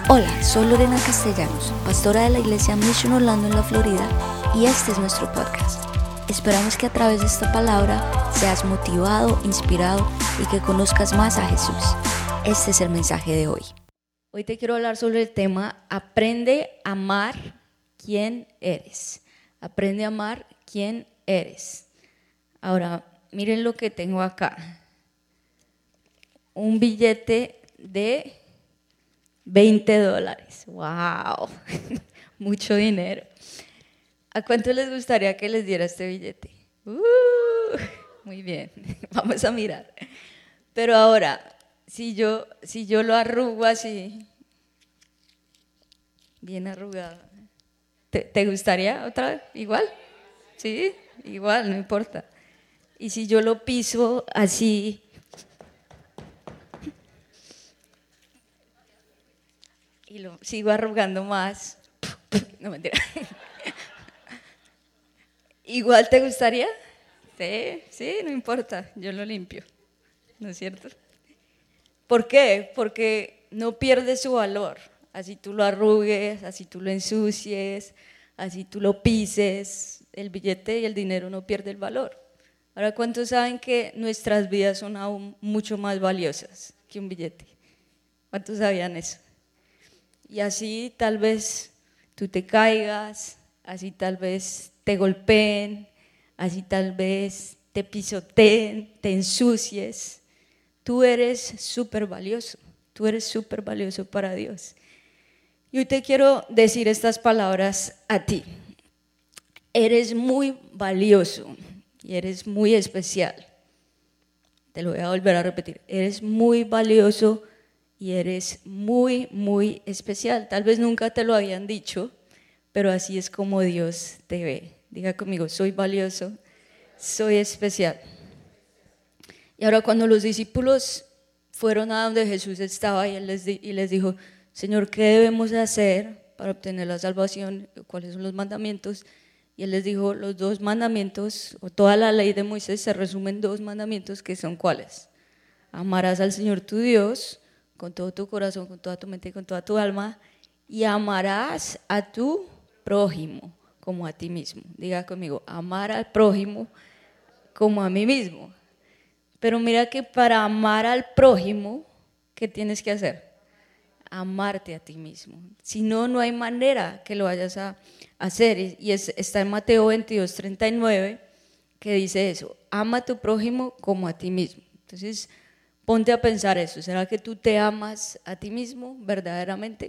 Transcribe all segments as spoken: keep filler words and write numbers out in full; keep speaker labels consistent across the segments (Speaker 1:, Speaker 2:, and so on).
Speaker 1: Hola, soy Lorena Castellanos, pastora de la iglesia Mission Orlando en la Florida, y este es nuestro podcast. Esperamos que a través de esta palabra seas motivado, inspirado y que conozcas más a Jesús. Este es el mensaje de hoy. Hoy te quiero hablar sobre el tema Aprende a amar quién eres. Aprende a amar quién eres. Ahora, miren lo que tengo acá. Un billete de veinte dólares. ¡Wow! Mucho dinero. ¿A cuánto les gustaría que les diera este billete? Uh, muy bien, vamos a mirar. Pero ahora, si yo, si yo lo arrugo así, bien arrugado, ¿te, te gustaría otra vez? ¿Igual? ¿Sí? Igual, no importa. Y si yo lo piso así, y lo sigo arrugando más, no mentira. ¿Igual te gustaría? Sí, sí, no importa, yo lo limpio, ¿no es cierto? ¿Por qué? Porque no pierde su valor, así tú lo arrugues, así tú lo ensucies, así tú lo pises, el billete y el dinero no pierde el valor. Ahora, ¿cuántos saben que nuestras vidas son aún mucho más valiosas que un billete? ¿Cuántos sabían eso? Y así tal vez tú te caigas, así tal vez te golpeen, así tal vez te pisoteen, te ensucies. Tú eres súper valioso, tú eres súper valioso para Dios. Y hoy te quiero decir estas palabras a ti. Eres muy valioso y eres muy especial. Te lo voy a volver a repetir. Eres muy valioso y eres muy, muy especial. Tal vez nunca te lo habían dicho, pero así es como Dios te ve. Diga conmigo, soy valioso, soy especial. Y ahora cuando los discípulos fueron a donde Jesús estaba y, él les, di, y les dijo, Señor, ¿qué debemos hacer para obtener la salvación? ¿Cuáles son los mandamientos? Y él les dijo, los dos mandamientos, o toda la ley de Moisés se resume en dos mandamientos, que son ¿cuáles? Amarás al Señor tu Dios con todo tu corazón, con toda tu mente y con toda tu alma, y amarás a tu prójimo como a ti mismo. Diga conmigo, amar al prójimo como a mí mismo. Pero mira que para amar al prójimo, ¿qué tienes que hacer? Amarte a ti mismo. Si no, no hay manera que lo vayas a hacer. Y es, está en Mateo veintidós, treinta y nueve, que dice eso, ama a tu prójimo como a ti mismo. Entonces, ponte a pensar eso, ¿será que tú te amas a ti mismo verdaderamente?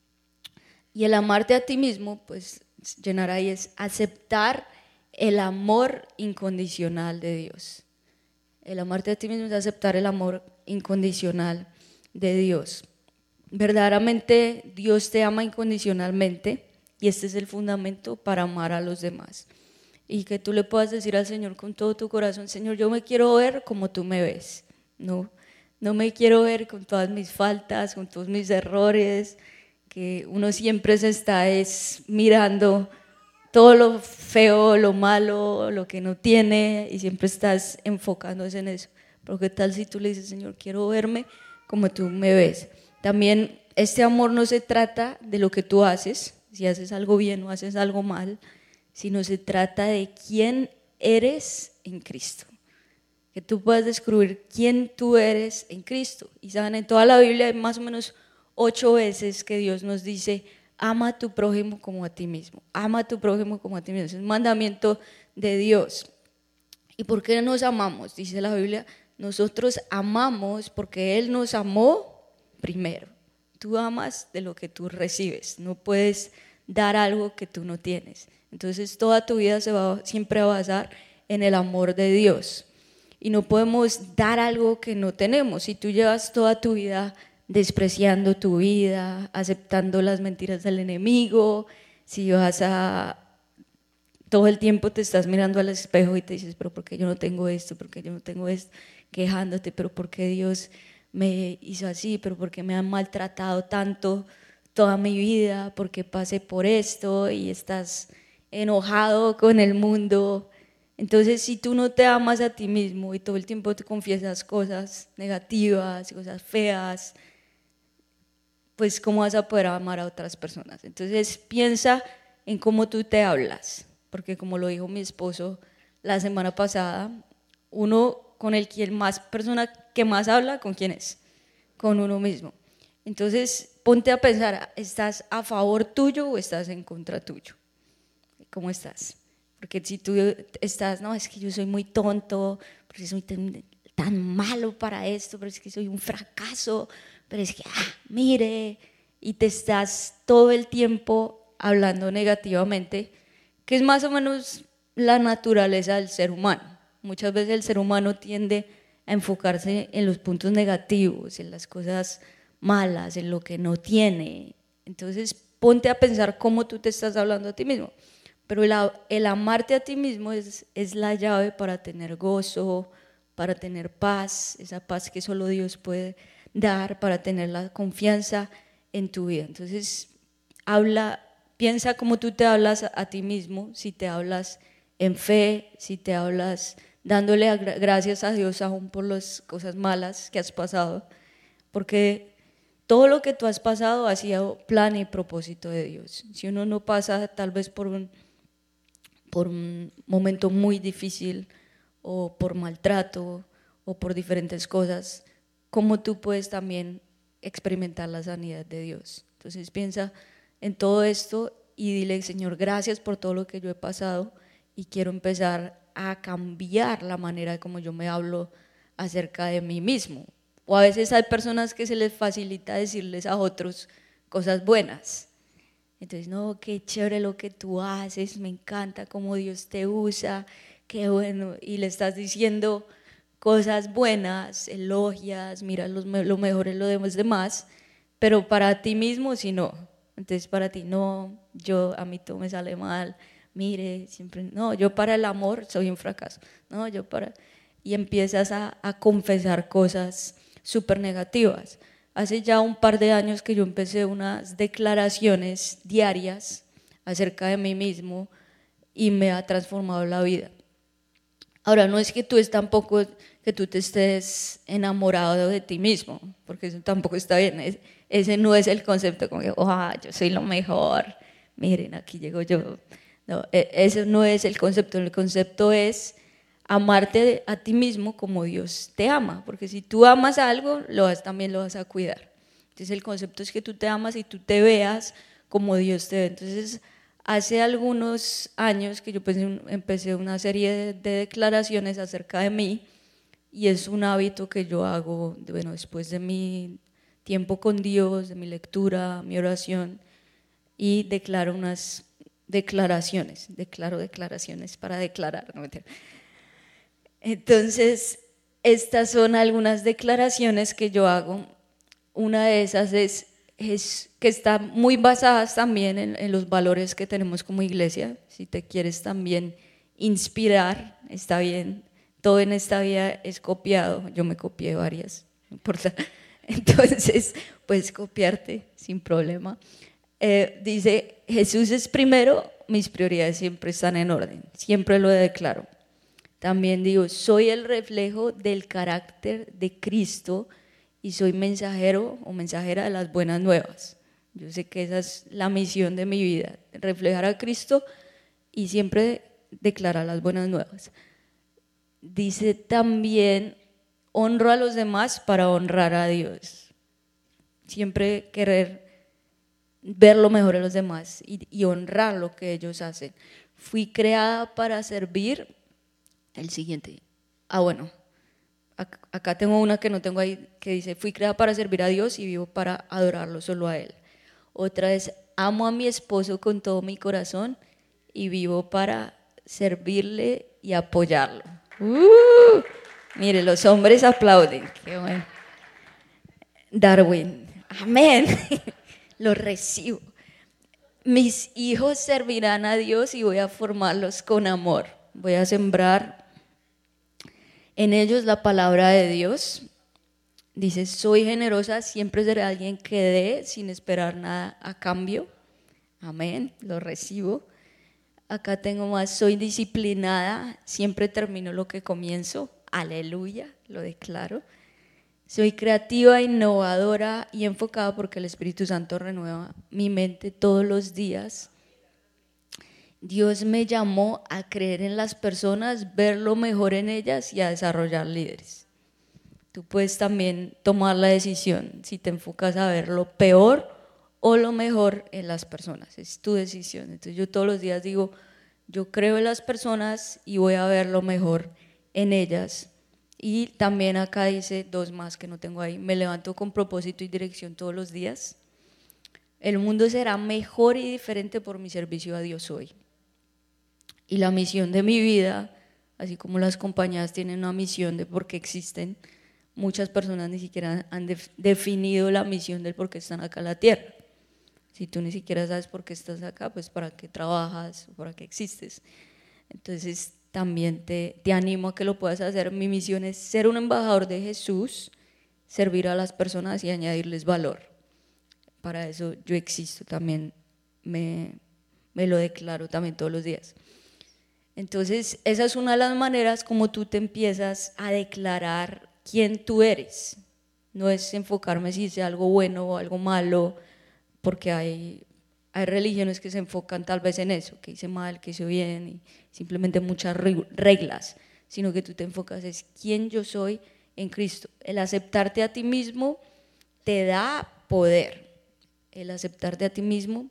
Speaker 1: Y el amarte a ti mismo, pues llenar ahí es aceptar el amor incondicional de Dios. El amarte a ti mismo es aceptar el amor incondicional de Dios. Verdaderamente Dios te ama incondicionalmente y este es el fundamento para amar a los demás. Y que tú le puedas decir al Señor con todo tu corazón, Señor, yo me quiero ver como tú me ves, ¿no? No me quiero ver con todas mis faltas, con todos mis errores, que uno siempre se está es mirando todo lo feo, lo malo, lo que no tiene y siempre estás enfocándose en eso. Pero qué tal si tú le dices, Señor, quiero verme como tú me ves. También este amor no se trata de lo que tú haces, si haces algo bien o haces algo mal, sino se trata de quién eres en Cristo. Que tú puedas descubrir quién tú eres en Cristo. Y saben, en toda la Biblia hay más o menos ocho veces que Dios nos dice, ama a tu prójimo como a ti mismo, ama a tu prójimo como a ti mismo. Es un mandamiento de Dios. ¿Y por qué nos amamos? Dice la Biblia, nosotros amamos porque Él nos amó primero. Tú amas de lo que tú recibes, no puedes dar algo que tú no tienes. Entonces toda tu vida se va siempre a basar en el amor de Dios. Y no podemos dar algo que no tenemos. Si tú llevas toda tu vida despreciando tu vida, aceptando las mentiras del enemigo, si vas a todo el tiempo te estás mirando al espejo y te dices, pero ¿por qué yo no tengo esto? ¿Por qué yo no tengo esto? Quejándote, pero ¿por qué Dios me hizo así? ¿Pero por qué me han maltratado tanto toda mi vida? ¿Por qué pasé por esto? Y estás enojado con el mundo. Entonces, si tú no te amas a ti mismo y todo el tiempo te confiesas cosas negativas, cosas feas, pues cómo vas a poder amar a otras personas. Entonces piensa en cómo tú te hablas, porque como lo dijo mi esposo la semana pasada, uno con el que más persona que más habla, ¿con quién es? Con uno mismo. Entonces ponte a pensar, ¿estás a favor tuyo o estás en contra tuyo? ¿Cómo estás? Porque si tú estás, no, es que yo soy muy tonto, porque soy tan, tan malo para esto, pero es que soy un fracaso, pero es que, ah, mire, y te estás todo el tiempo hablando negativamente, que es más o menos la naturaleza del ser humano. Muchas veces el ser humano tiende a enfocarse en los puntos negativos, en las cosas malas, en lo que no tiene. Entonces ponte a pensar cómo tú te estás hablando a ti mismo. Pero el, el amarte a ti mismo es, es la llave para tener gozo, para tener paz, esa paz que solo Dios puede dar, para tener la confianza en tu vida. Entonces habla, piensa cómo tú te hablas a, a ti mismo, si te hablas en fe, si te hablas dándole a, gracias a Dios aún por las cosas malas que has pasado, porque todo lo que tú has pasado ha sido plan y propósito de Dios. Si uno no pasa tal vez por un, por un momento muy difícil o por maltrato o por diferentes cosas, ¿cómo tú puedes también experimentar la sanidad de Dios? Entonces piensa en todo esto y dile, Señor, gracias por todo lo que yo he pasado y quiero empezar a cambiar la manera como yo me hablo acerca de mí mismo. O a veces hay personas que se les facilita decirles a otros cosas buenas. Entonces, no, qué chévere lo que tú haces, me encanta cómo Dios te usa, qué bueno, y le estás diciendo cosas buenas, elogias, mira los, lo mejor en lo de los demás, pero para ti mismo si no. Entonces para ti no, yo a mí todo me sale mal, mire, siempre, no, yo para el amor soy un fracaso, no, yo para, y empiezas a, a confesar cosas súper negativas. Hace ya un par de años que yo empecé unas declaraciones diarias acerca de mí mismo y me ha transformado la vida. Ahora, no es que tú es tampoco que tú te estés enamorado de ti mismo, porque eso tampoco está bien. Es, ese no es el concepto, como que, oh, yo soy lo mejor, miren, aquí llego yo. No, ese no es el concepto. El concepto es amarte a ti mismo como Dios te ama, porque si tú amas algo, lo vas, también lo vas a cuidar. Entonces el concepto es que tú te amas y tú te veas como Dios te ve. Entonces hace algunos años que yo empecé una serie de, de declaraciones acerca de mí y es un hábito que yo hago, bueno, después de mi tiempo con Dios, de mi lectura, mi oración, y declaro unas declaraciones, declaro declaraciones para declarar, no mentira. Entonces, estas son algunas declaraciones que yo hago. Una de esas es, es que están muy basadas también en, en los valores que tenemos como iglesia. Si te quieres también inspirar, está bien. Todo en esta vida es copiado. Yo me copié varias, no importa. Entonces, puedes copiarte sin problema. Eh, dice, Jesús es primero, mis prioridades siempre están en orden. Siempre lo declaro. También digo, soy el reflejo del carácter de Cristo y soy mensajero o mensajera de las buenas nuevas. Yo sé que esa es la misión de mi vida, reflejar a Cristo y siempre declarar las buenas nuevas. Dice también, honro a los demás para honrar a Dios. Siempre querer ver lo mejor en los demás y, y honrar lo que ellos hacen. Fui creada para servir. El siguiente, ah bueno, acá tengo una que no tengo ahí, que dice, fui creada para servir a Dios y vivo para adorarlo solo a Él. Otra es, amo a mi esposo con todo mi corazón y vivo para servirle y apoyarlo. Uh, mire, los hombres aplauden, qué bueno. Darwin, amén, lo recibo. Mis hijos servirán a Dios y voy a formarlos con amor. Voy a sembrar en ellos la palabra de Dios. Dice, soy generosa, siempre seré alguien que dé sin esperar nada a cambio. Amén, lo recibo. Acá tengo más, soy disciplinada, siempre termino lo que comienzo. Aleluya, lo declaro. Soy creativa, innovadora y enfocada porque el Espíritu Santo renueva mi mente todos los días. Dios me llamó a creer en las personas, ver lo mejor en ellas y a desarrollar líderes. Tú puedes también tomar la decisión si te enfocas a ver lo peor o lo mejor en las personas. Es tu decisión. Entonces yo todos los días digo, yo creo en las personas y voy a ver lo mejor en ellas. Y también acá dice dos más que no tengo ahí, me levanto con propósito y dirección todos los días. El mundo será mejor y diferente por mi servicio a Dios hoy. Y la misión de mi vida, así como las compañías tienen una misión de por qué existen, muchas personas ni siquiera han de, definido la misión del por qué están acá en la tierra. Si tú ni siquiera sabes por qué estás acá, pues para qué trabajas, para qué existes. Entonces también te, te animo a que lo puedas hacer. Mi misión es ser un embajador de Jesús, servir a las personas y añadirles valor. Para eso yo existo también, me, me lo declaro también todos los días. Entonces esa es una de las maneras como tú te empiezas a declarar quién tú eres. No es enfocarme si hice algo bueno o algo malo, porque hay, hay religiones que se enfocan tal vez en eso, que hice mal, que hice bien, y simplemente muchas reglas, sino que tú te enfocas es quién yo soy en Cristo. El aceptarte a ti mismo te da poder, el aceptarte a ti mismo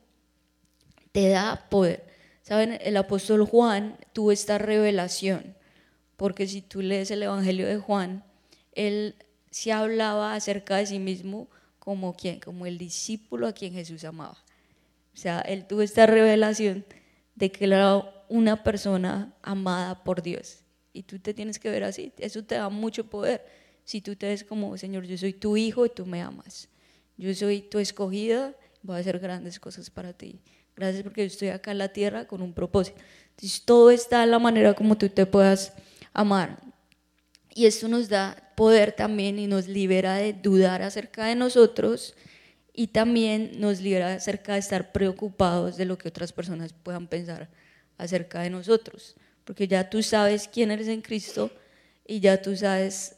Speaker 1: te da poder. ¿Saben? El apóstol Juan tuvo esta revelación, porque si tú lees el Evangelio de Juan, él se hablaba acerca de sí mismo como quien, como el discípulo a quien Jesús amaba. O sea, él tuvo esta revelación de que él era una persona amada por Dios. Y tú te tienes que ver así, eso te da mucho poder. Si tú te ves como, Señor, yo soy tu hijo y tú me amas. Yo soy tu escogida, voy a hacer grandes cosas para ti. Gracias porque yo estoy acá en la tierra con un propósito. Entonces todo está en la manera como tú te puedas amar. Y esto nos da poder también y nos libera de dudar acerca de nosotros y también nos libera acerca de estar preocupados de lo que otras personas puedan pensar acerca de nosotros. Porque ya tú sabes quién eres en Cristo y ya tú sabes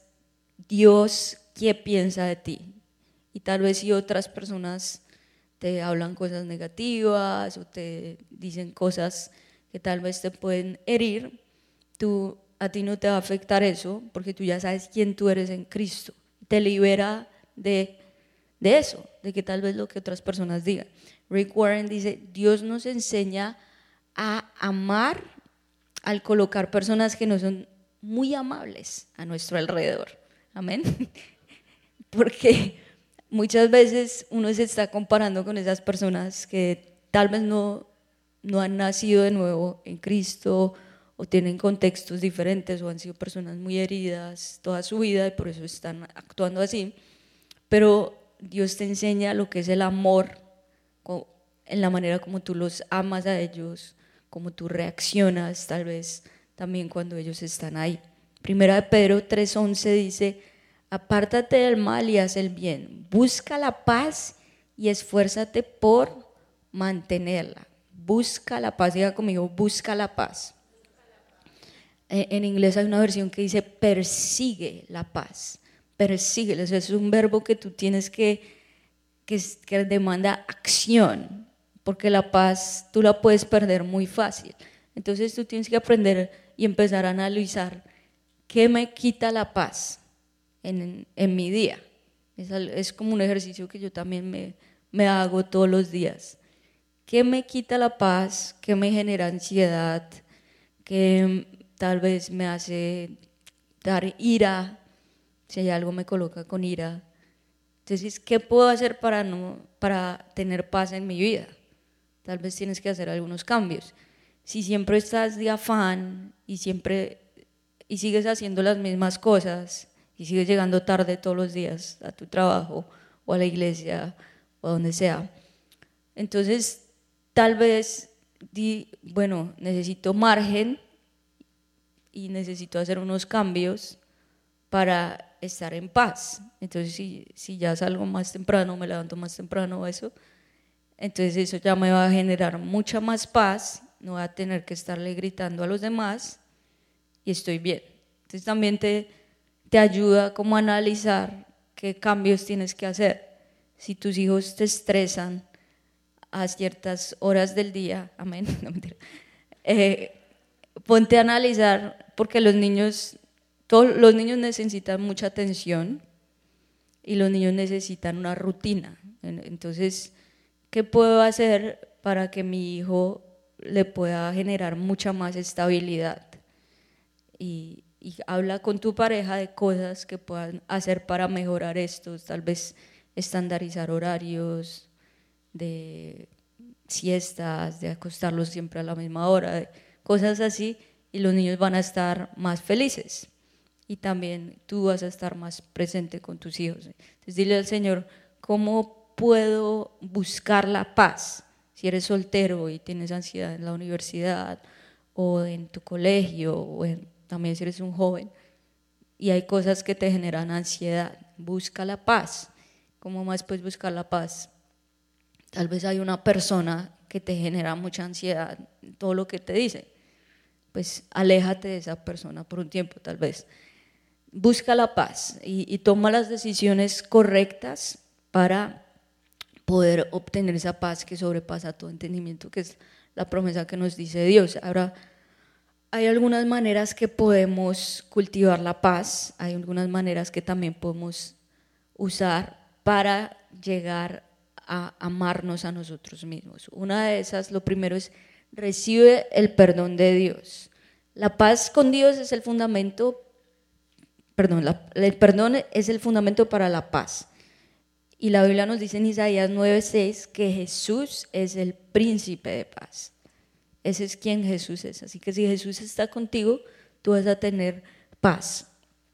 Speaker 1: Dios qué piensa de ti. Y tal vez si otras personas te hablan cosas negativas o te dicen cosas que tal vez te pueden herir, tú, a ti no te va a afectar eso porque tú ya sabes quién tú eres en Cristo. Te libera de, de eso, de que tal vez lo que otras personas digan. Rick Warren dice, Dios nos enseña a amar al colocar personas que no son muy amables a nuestro alrededor. Amén. Porque muchas veces uno se está comparando con esas personas que tal vez no, no han nacido de nuevo en Cristo o tienen contextos diferentes o han sido personas muy heridas toda su vida y por eso están actuando así. Pero Dios te enseña lo que es el amor en la manera como tú los amas a ellos, como tú reaccionas tal vez también cuando ellos están ahí. Primera de Pedro tres once dice, apártate del mal y haz el bien, busca la paz y esfuérzate por mantenerla. Busca la paz, diga conmigo, busca la paz. En inglés hay una versión que dice persigue la paz, persigue, eso es un verbo que tú tienes que, que, que demanda acción, porque la paz tú la puedes perder muy fácil. Entonces tú tienes que aprender y empezar a analizar qué me quita la paz en, en mi día. Es, es como un ejercicio que yo también me, me hago todos los días. ¿Qué me quita la paz? ¿Qué me genera ansiedad? ¿Qué tal vez me hace dar ira? Si hay algo me coloca con ira. Entonces, ¿qué puedo hacer para, no, para tener paz en mi vida? Tal vez tienes que hacer algunos cambios. Si siempre estás de afán y siempre y sigues haciendo las mismas cosas y sigues llegando tarde todos los días a tu trabajo o a la iglesia o a donde sea, entonces tal vez di, bueno, necesito margen y necesito hacer unos cambios para estar en paz. Entonces si, si ya salgo más temprano, me levanto más temprano, eso, entonces eso ya me va a generar mucha más paz, no voy a tener que estarle gritando a los demás y estoy bien. Entonces también te, te ayuda como a analizar qué cambios tienes que hacer. Si tus hijos te estresan a ciertas horas del día, amén, no mentira, eh, ponte a analizar, porque los niños, todos los niños necesitan mucha atención y los niños necesitan una rutina. Entonces, ¿qué puedo hacer para que mi hijo le pueda generar mucha más estabilidad? Y, y habla con tu pareja de cosas que puedan hacer para mejorar esto, tal vez estandarizar horarios de siestas, de acostarlos siempre a la misma hora, cosas así, y los niños van a estar más felices y también tú vas a estar más presente con tus hijos. Entonces dile al Señor, ¿cómo puedo buscar la paz? Si eres soltero y tienes ansiedad en la universidad o en tu colegio o en, también si eres un joven y hay cosas que te generan ansiedad, busca la paz. ¿Cómo más puedes buscar la paz? Tal vez hay una persona que te genera mucha ansiedad, todo lo que te dice, pues aléjate de esa persona por un tiempo tal vez. Busca la paz y, y toma las decisiones correctas para poder obtener esa paz que sobrepasa todo entendimiento, que es la promesa que nos dice Dios. Ahora, hay algunas maneras que podemos cultivar la paz, hay algunas maneras que también podemos usar para llegar a amarnos a nosotros mismos. Una de esas, lo primero es, recibe el perdón de Dios. La paz con Dios es el fundamento, perdón, la, el perdón es el fundamento para la paz. Y la Biblia nos dice en Isaías nueve seis que Jesús es el príncipe de paz. Ese es quien Jesús es. Así que si Jesús está contigo, tú vas a tener paz.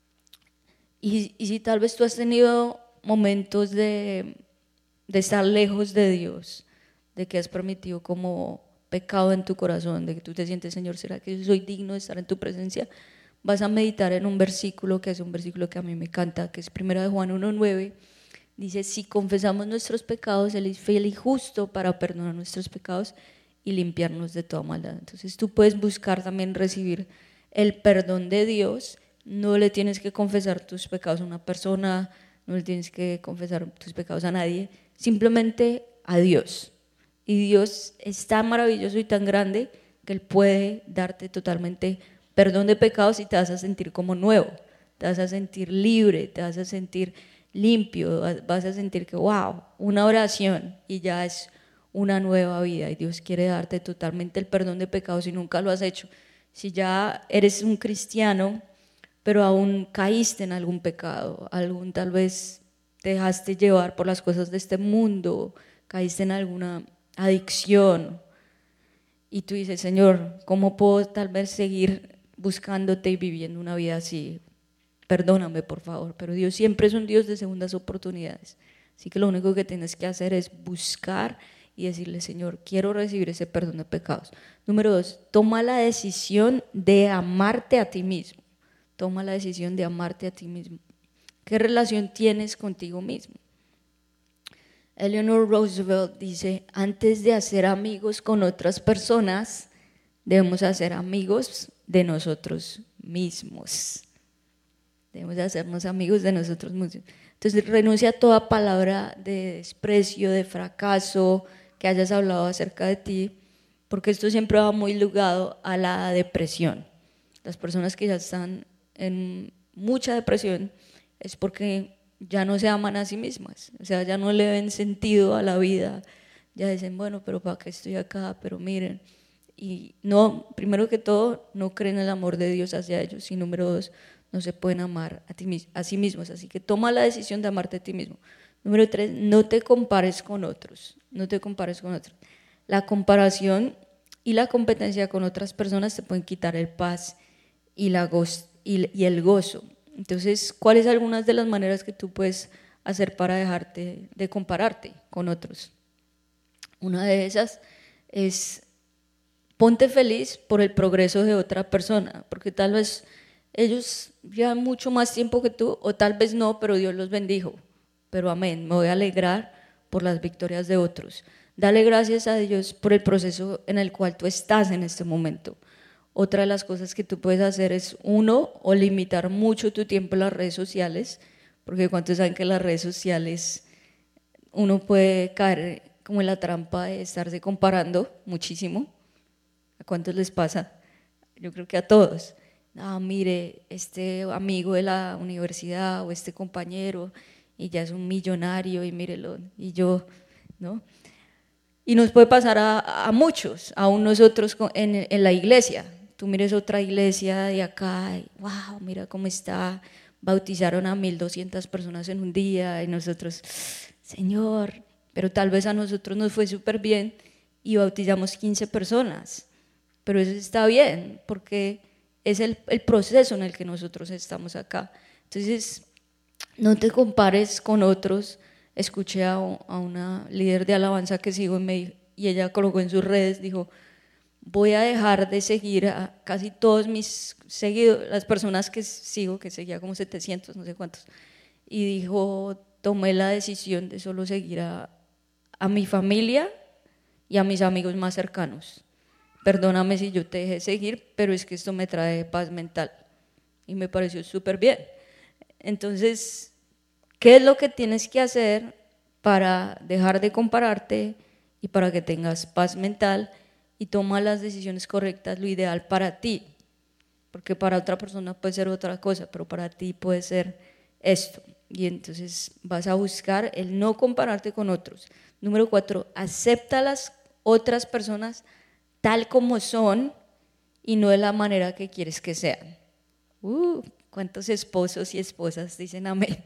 Speaker 1: Y, y si tal vez tú has tenido momentos de, de estar lejos de Dios, de que has permitido como pecado en tu corazón, de que tú te sientes, Señor, ¿será que yo soy digno de estar en tu presencia? Vas a meditar en un versículo que es un versículo que a mí me encanta, que es primero de Juan uno nueve. Dice, si confesamos nuestros pecados, Él es fiel y justo para perdonar nuestros pecados y limpiarnos de toda maldad. Entonces tú puedes buscar también recibir el perdón de Dios. No le tienes que confesar tus pecados a una persona, no le tienes que confesar tus pecados a nadie, simplemente a Dios. Y Dios es tan maravilloso y tan grande que Él puede darte totalmente perdón de pecados y te vas a sentir como nuevo, te vas a sentir libre, te vas a sentir limpio, vas a sentir que wow, una oración y ya es una nueva vida. Y Dios quiere darte totalmente el perdón de pecados si nunca lo has hecho. Si ya eres un cristiano pero aún caíste en algún pecado, algún tal vez te dejaste llevar por las cosas de este mundo, caíste en alguna adicción y tú dices, Señor, ¿cómo puedo tal vez seguir buscándote y viviendo una vida así? Perdóname, por favor. Pero Dios siempre es un Dios de segundas oportunidades, así que lo único que tienes que hacer es buscar y decirle, Señor, quiero recibir ese perdón de pecados. Número dos, toma la decisión de amarte a ti mismo. Toma la decisión de amarte a ti mismo. ¿Qué relación tienes contigo mismo? Eleanor Roosevelt dice, antes de hacer amigos con otras personas, debemos hacer amigos de nosotros mismos. Debemos hacernos amigos de nosotros mismos. Entonces renuncia a toda palabra de desprecio, de fracaso, que hayas hablado acerca de ti, porque esto siempre va muy ligado a la depresión. Las personas que ya están en mucha depresión es porque ya no se aman a sí mismas, o sea, ya no le ven sentido a la vida, ya dicen, bueno, pero ¿para qué estoy acá? Pero miren, y no, primero que todo, no creen el amor de Dios hacia ellos, y número dos, no se pueden amar a, ti, a sí mismos, así que toma la decisión de amarte a ti mismo. Número tres, no te compares con otros, no te compares con otros. La comparación y la competencia con otras personas te pueden quitar el paz y, la goz, y, y el gozo. Entonces, ¿cuáles son algunas de las maneras que tú puedes hacer para dejarte de compararte con otros? Una de esas es ponte feliz por el progreso de otra persona, porque tal vez ellos llevan mucho más tiempo que tú, o tal vez no, pero Dios los bendijo. Pero amén, me voy a alegrar por las victorias de otros. Dale gracias a Dios por el proceso en el cual tú estás en este momento. Otra de las cosas que tú puedes hacer es, uno, o limitar mucho tu tiempo en las redes sociales, porque cuántos saben que las redes sociales uno puede caer como en la trampa de estarse comparando muchísimo. ¿A cuántos les pasa? Yo creo que a todos. Ah, mire, este amigo de la universidad o este compañero y ya es un millonario y mírelo, y yo, ¿no? Y nos puede pasar a, a muchos, aún nosotros en, en la iglesia. Tú mires otra iglesia de acá y wow, mira cómo está, bautizaron a mil doscientas personas en un día y nosotros, Señor, pero tal vez a nosotros nos fue súper bien y bautizamos quince personas, pero eso está bien porque es el, el proceso en el que nosotros estamos acá. Entonces, no te compares con otros. Escuché a, a una líder de alabanza que sigo y, me, y ella colocó en sus redes, dijo, voy a dejar de seguir a casi todos mis seguidores, las personas que sigo, que seguía como setecientos, no sé cuántos, y dijo, tomé la decisión de solo seguir a, a mi familia y a mis amigos más cercanos. Perdóname si yo te dejé seguir, pero es que esto me trae paz mental y me pareció súper bien. Entonces, ¿qué es lo que tienes que hacer para dejar de compararte y para que tengas paz mental y toma las decisiones correctas, lo ideal para ti? Porque para otra persona puede ser otra cosa, pero para ti puede ser esto. Y entonces vas a buscar el no compararte con otros. Número cuatro, acepta a las otras personas tal como son y no de la manera que quieres que sean. Uh, ¿cuántos esposos y esposas dicen amén?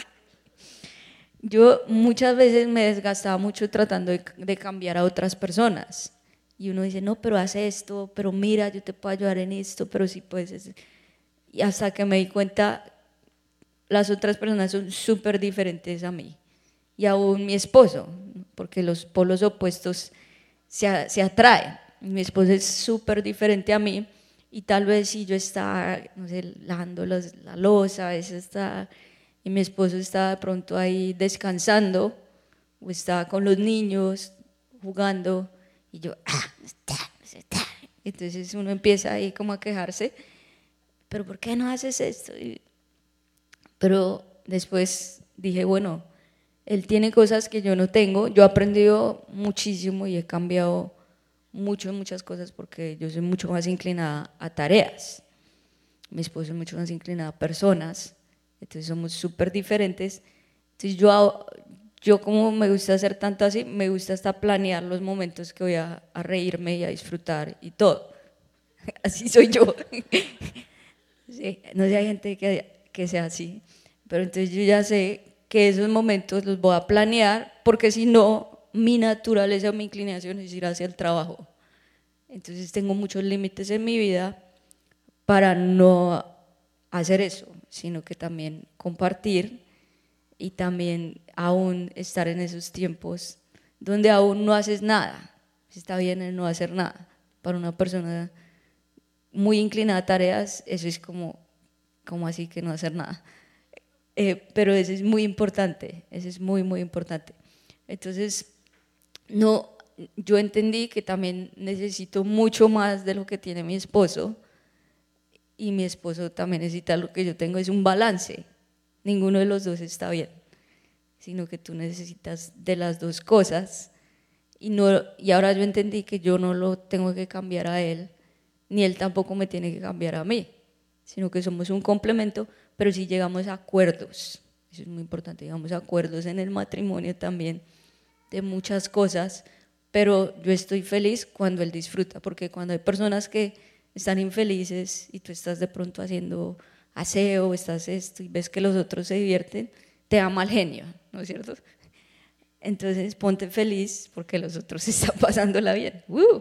Speaker 1: Yo muchas veces me desgastaba mucho tratando de, de cambiar a otras personas y uno dice, no, pero haz esto, pero mira, yo te puedo ayudar en esto, pero sí puedes. Y hasta que me di cuenta, las otras personas son súper diferentes a mí y aún mi esposo, porque los polos opuestos se, se atraen. Mi esposo es súper diferente a mí y tal vez si yo estaba, no sé, lavando los, la loza, a veces está, y mi esposo está de pronto ahí descansando o está con los niños jugando y yo, ah, no está, no está. Entonces uno empieza ahí como a quejarse, pero ¿por qué no haces esto? Y, pero después dije, bueno, él tiene cosas que yo no tengo, yo he aprendido muchísimo y he cambiado mucho, muchas cosas porque yo soy mucho más inclinada a tareas, mi esposo es mucho más inclinado a personas, entonces somos súper diferentes. Entonces yo, yo como me gusta hacer tanto así, me gusta hasta planear los momentos que voy a, a reírme y a disfrutar y todo, así soy yo. Sí, no sé, hay gente que, que sea así, pero entonces yo ya sé que esos momentos los voy a planear porque si no, mi naturaleza o mi inclinación es ir hacia el trabajo. Entonces tengo muchos límites en mi vida para no hacer eso, sino que también compartir y también aún estar en esos tiempos donde aún no haces nada. Está bien el no hacer nada. Para una persona muy inclinada a tareas, eso es como, como así que no hacer nada. Eh, pero eso es muy importante, eso es muy, muy importante. Entonces, no, yo entendí que también necesito mucho más de lo que tiene mi esposo y mi esposo también necesita lo que yo tengo, es un balance. Ninguno de los dos está bien, sino que tú necesitas de las dos cosas y, no, y ahora yo entendí que yo no lo tengo que cambiar a él, ni él tampoco me tiene que cambiar a mí, sino que somos un complemento, pero si llegamos a acuerdos, eso es muy importante, llegamos a acuerdos en el matrimonio también de muchas cosas, pero yo estoy feliz cuando él disfruta, porque cuando hay personas que están infelices y tú estás de pronto haciendo aseo, estás esto y ves que los otros se divierten, te da mal genio, ¿no es cierto? Entonces ponte feliz porque los otros están pasándola bien. ¡Uh!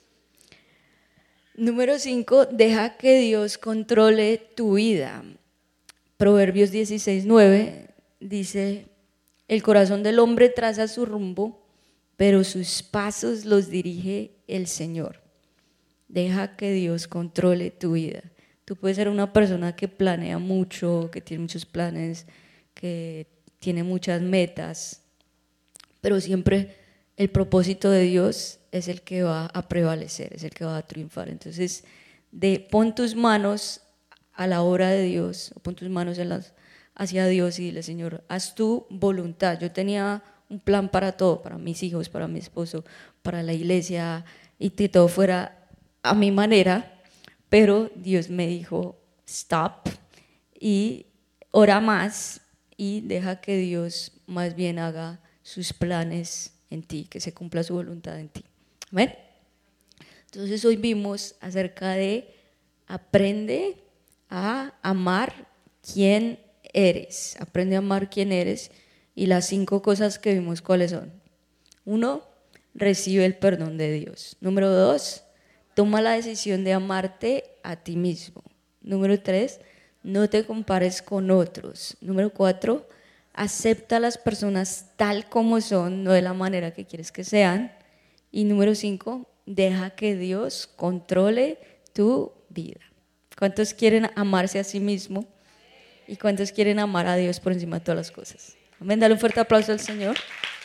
Speaker 1: Número cinco, deja que Dios controle tu vida. Proverbios dieciséis, nueve dice, el corazón del hombre traza su rumbo, pero sus pasos los dirige el Señor. Deja que Dios controle tu vida. Tú puedes ser una persona que planea mucho, que tiene muchos planes, que tiene muchas metas, pero siempre el propósito de Dios es el que va a prevalecer, es el que va a triunfar. Entonces, de, pon tus manos a la obra de Dios, o pon tus manos en las, hacia Dios y dile, Señor, haz tu voluntad. Yo tenía un plan para todo, para mis hijos, para mi esposo, para la iglesia, y que todo fuera a mi manera, pero Dios me dijo, stop, y ora más, y deja que Dios más bien haga sus planes en ti, que se cumpla su voluntad en ti. ¿Amén? Entonces hoy vimos acerca de aprende a amar quién eres, aprende a amar quién eres, y las cinco cosas que vimos, ¿cuáles son? Uno, recibe el perdón de Dios. Número dos, toma la decisión de amarte a ti mismo. Número tres, no te compares con otros. Número cuatro, acepta a las personas tal como son, no de la manera que quieres que sean. Y número cinco, deja que Dios controle tu vida. ¿Cuántos quieren amarse a sí mismo? ¿Y cuántos quieren amar a Dios por encima de todas las cosas? Amén, dale un fuerte aplauso al Señor.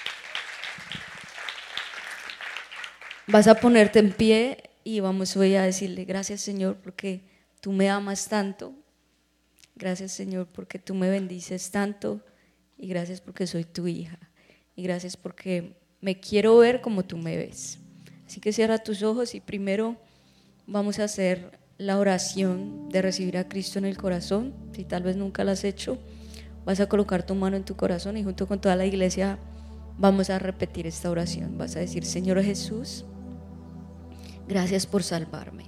Speaker 1: Vas a ponerte en pie y vamos hoy a decirle gracias, Señor, porque tú me amas tanto. Gracias, Señor, porque tú me bendices tanto, y gracias porque soy tu hija, y gracias porque me quiero ver como tú me ves. Así que cierra tus ojos y primero vamos a hacer la oración de recibir a Cristo en el corazón. Si tal vez nunca la has hecho, vas a colocar tu mano en tu corazón y junto con toda la iglesia vamos a repetir esta oración. Vas a decir, Señor Jesús, gracias por salvarme.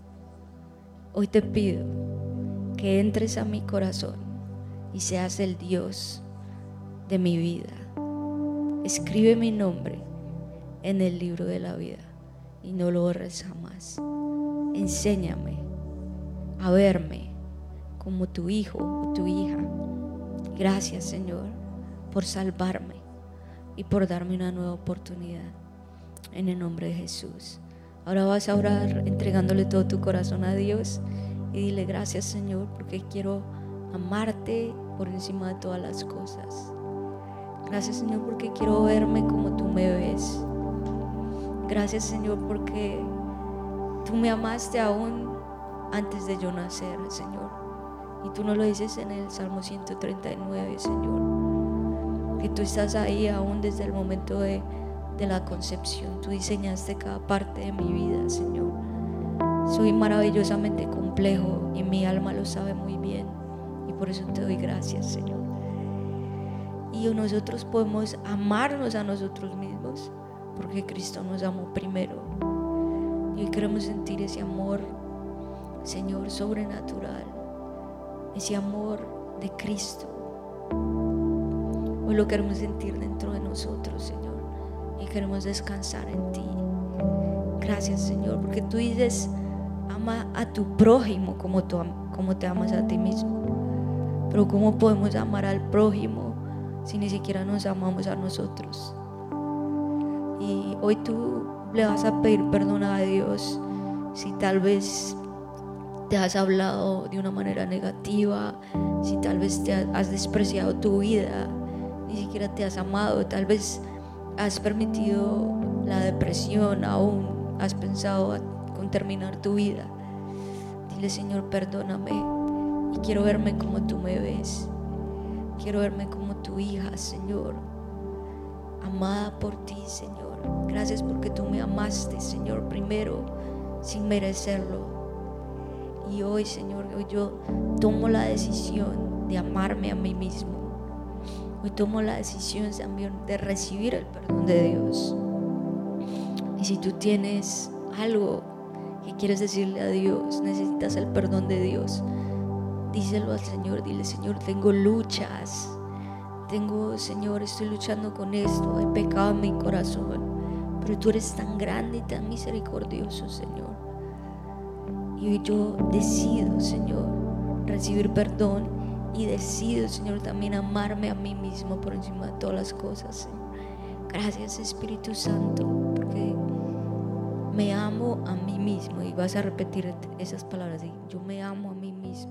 Speaker 1: Hoy te pido que entres a mi corazón y seas el Dios de mi vida. Escribe mi nombre en el libro de la vida y no lo borres jamás. Enséñame a verme como tu hijo o tu hija. Gracias, Señor, por salvarme y por darme una nueva oportunidad, en el nombre de Jesús. Ahora vas a orar entregándole todo tu corazón a Dios y dile gracias, Señor, porque quiero amarte por encima de todas las cosas. Gracias, Señor, porque quiero verme como tú me ves. Gracias, Señor, porque tú me amaste aún antes de yo nacer, Señor. Y tú nos lo dices en el Salmo ciento treinta y nueve, Señor, que tú estás ahí aún desde el momento de, de la concepción. Tú diseñaste cada parte de mi vida, Señor. Soy maravillosamente complejo y mi alma lo sabe muy bien, y por eso te doy gracias, Señor. Y nosotros podemos amarnos a nosotros mismos porque Cristo nos amó primero, y hoy queremos sentir ese amor, Señor, sobrenatural, ese amor de Cristo. Hoy lo queremos sentir dentro de nosotros, Señor, y queremos descansar en ti. Gracias, Señor, porque tú dices, ama a tu prójimo como, tú, como te amas a ti mismo. Pero ¿cómo podemos amar al prójimo si ni siquiera nos amamos a nosotros? Y hoy tú le vas a pedir perdón a Dios si tal vez te has hablado de una manera negativa, si tal vez te has despreciado tu vida, ni siquiera te has amado, tal vez has permitido la depresión, aún has pensado con terminar tu vida. Dile, Señor, perdóname, y quiero verme como tú me ves. Quiero verme como tu hija, Señor, amada por ti, Señor. Gracias porque tú me amaste, Señor, primero, sin merecerlo. Y hoy, Señor, hoy yo tomo la decisión de amarme a mí mismo. Hoy tomo la decisión también de recibir el perdón de Dios. Y si tú tienes algo que quieres decirle a Dios, necesitas el perdón de Dios, díselo al Señor. Dile, Señor, tengo luchas, tengo, Señor, estoy luchando con esto, hay pecado en mi corazón, pero tú eres tan grande y tan misericordioso, Señor. Y hoy yo decido, Señor, recibir perdón, y decido, Señor, también amarme a mí mismo por encima de todas las cosas, Señor. Gracias, Espíritu Santo, porque me amo a mí mismo. Y vas a repetir esas palabras de yo me amo a mí mismo.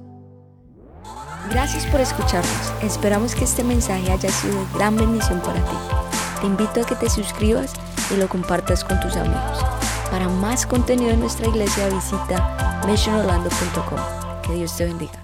Speaker 2: Gracias por escucharnos. Esperamos que este mensaje haya sido de gran bendición para ti. Te invito a que te suscribas y lo compartas con tus amigos. Para más contenido de nuestra iglesia, visita mission orlando punto com. Que Dios te bendiga.